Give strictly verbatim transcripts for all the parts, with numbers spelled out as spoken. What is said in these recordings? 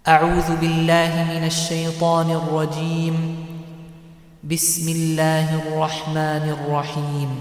أعوذ بالله من الشيطان الرجيم. بسم الله الرحمن الرحيم.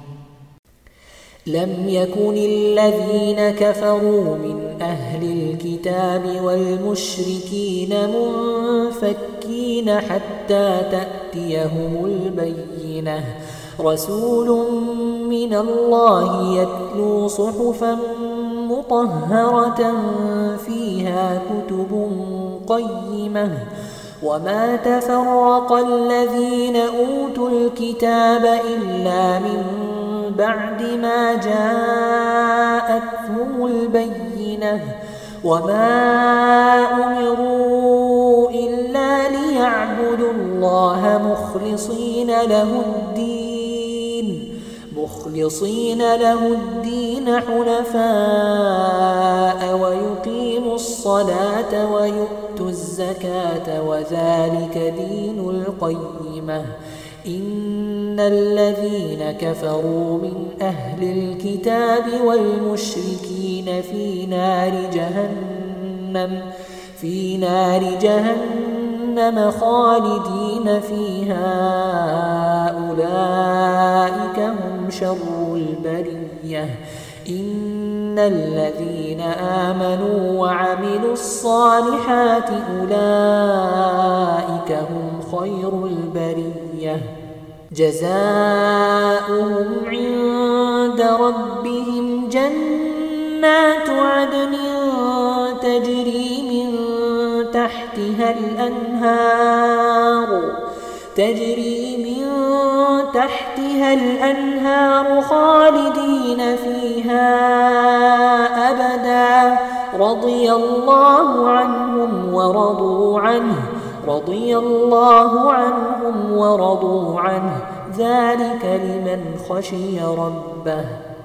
لم يكن الذين كفروا من أهل الكتاب والمشركين منفكين حتى تأتيهم البينة، رسول من الله يتلو صحفا مطهرة فيها كتب قيمة، وما تفرق الذين أوتوا الكتاب إلا من بعد ما جاءتهم البينة، وما أمروا إلا ليعبدوا الله مخلصين له الدين مخلصين له الدين حنفاء ويقيموا الصلاة ويؤتوا الزكاة وذلك دين القيمة. إن الذين كفروا من أهل الكتاب والمشركين في نار جهنم في نار جهنم خالدين فيها، أولئك هم شر البرية. إن الذين آمنوا وعملوا الصالحات أولئك هم خير البرية، جزاؤهم عند ربهم جنات عدن تجري من تحتها الأنهار تجري من تحتها الأنهار خالدين فيها أبدا، رضي الله عنهم ورضوا عنه رضي الله عنهم ورضوا عنه ذلك لمن خشي ربه.